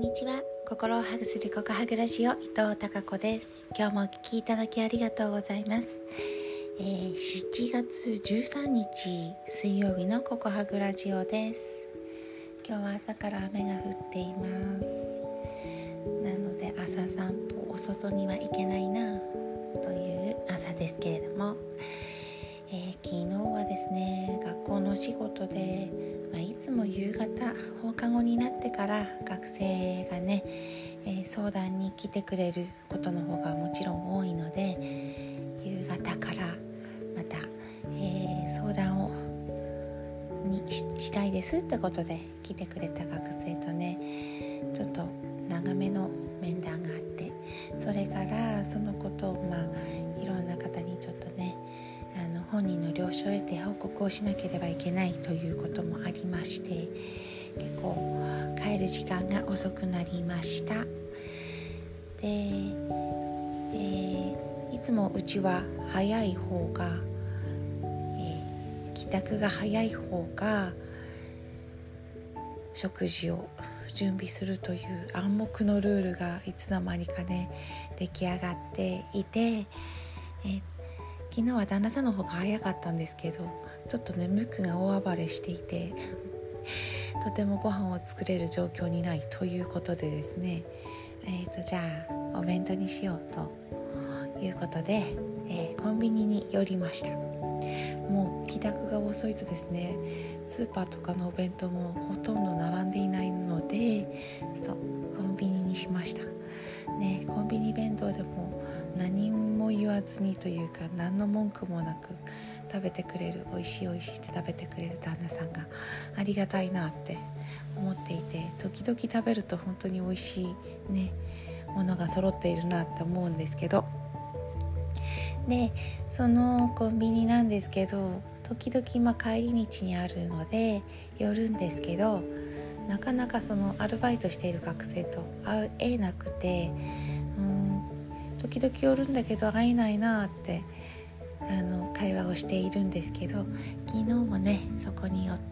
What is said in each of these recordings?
にちは。心をハグするココハグラジオ、伊藤孝子です。今日もお聞きいただきありがとうございます。7月13日水曜日のココハグラジオです。今日は朝から雨が降っています。なので朝散歩、お外には行けないなという朝ですけれども、昨日はですね、学校の仕事で、いつも夕方放課後になってから学生がね、相談に来てくれることの方がもちろん多いので、夕方からまた、相談をしたいですってことで来てくれた学生とね、ちょっと長めの面談があって、それからそのことをいろんな方にちょっとね、本人の了承を得て報告をしなければいけないということもありまして、結構帰る時間が遅くなりました。で、いつもうちは早い方が、帰宅が早い方が食事を準備するという暗黙のルールがいつの間にかね出来上がっていて、昨日は旦那さんの方が早かったんですけど、ちょっとねムックが大暴れしていてとてもご飯を作れる状況にないということでですね、じゃあお弁当にしようということで、コンビニに寄りました。もう帰宅が遅いとですね、スーパーとかのお弁当もほとんど並んでいないので、コンビニにしましたね。コンビニ弁当でも何も言わずにというか、何の文句もなく食べてくれる、美味しいって食べてくれる旦那さんがありがたいなって思っていて、時々食べると本当に美味しいねものが揃っているなって思うんですけど、でそのコンビニなんですけど、時々帰り道にあるので寄るんですけど、なかなかそのアルバイトしている学生と会えなくて、時々寄るんだけど会えないなって会話をしているんですけど、昨日もねそこに寄って、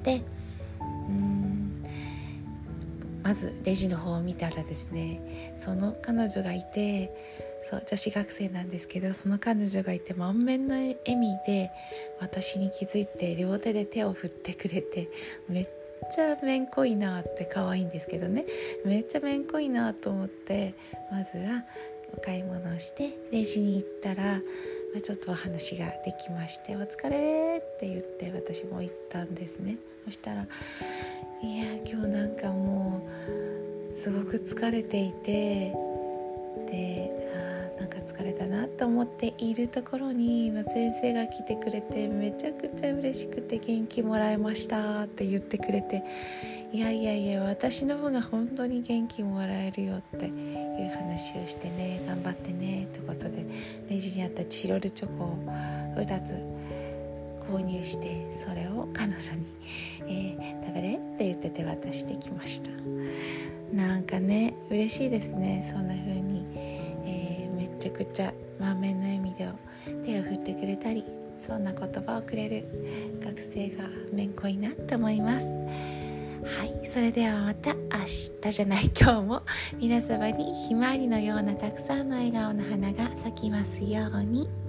まずレジの方を見たらですね、その彼女がいて、女子学生なんですけど、その彼女がいて満面の笑みで私に気づいて両手で手を振ってくれて、めっちゃめんこいなって、可愛いんですけどね、めっちゃめんこいなと思って、まずはお買い物をしてレジに行ったら、ちょっとお話ができまして、お疲れって言って私も行ったんですね。そしたら、いや今日なんかもうすごく疲れていて、でなんか疲れたなと思っているところに、先生が来てくれて、めちゃくちゃ嬉しくて、元気もらいましたって言ってくれて、いや私の方が本当に元気もらえるよっていう話をしてね、頑張ってねってことで、レジにあったチロルチョコを2つ購入して、それを彼女に、食べれって言ってて渡してきました。なんかね嬉しいですね、そんな風に、めちゃくちゃ満面の笑みで手を振ってくれたり、そんな言葉をくれる学生がめんこいなと思います。はい、それではまた今日も皆様にひまわりのようなたくさんの笑顔の花が咲きますように。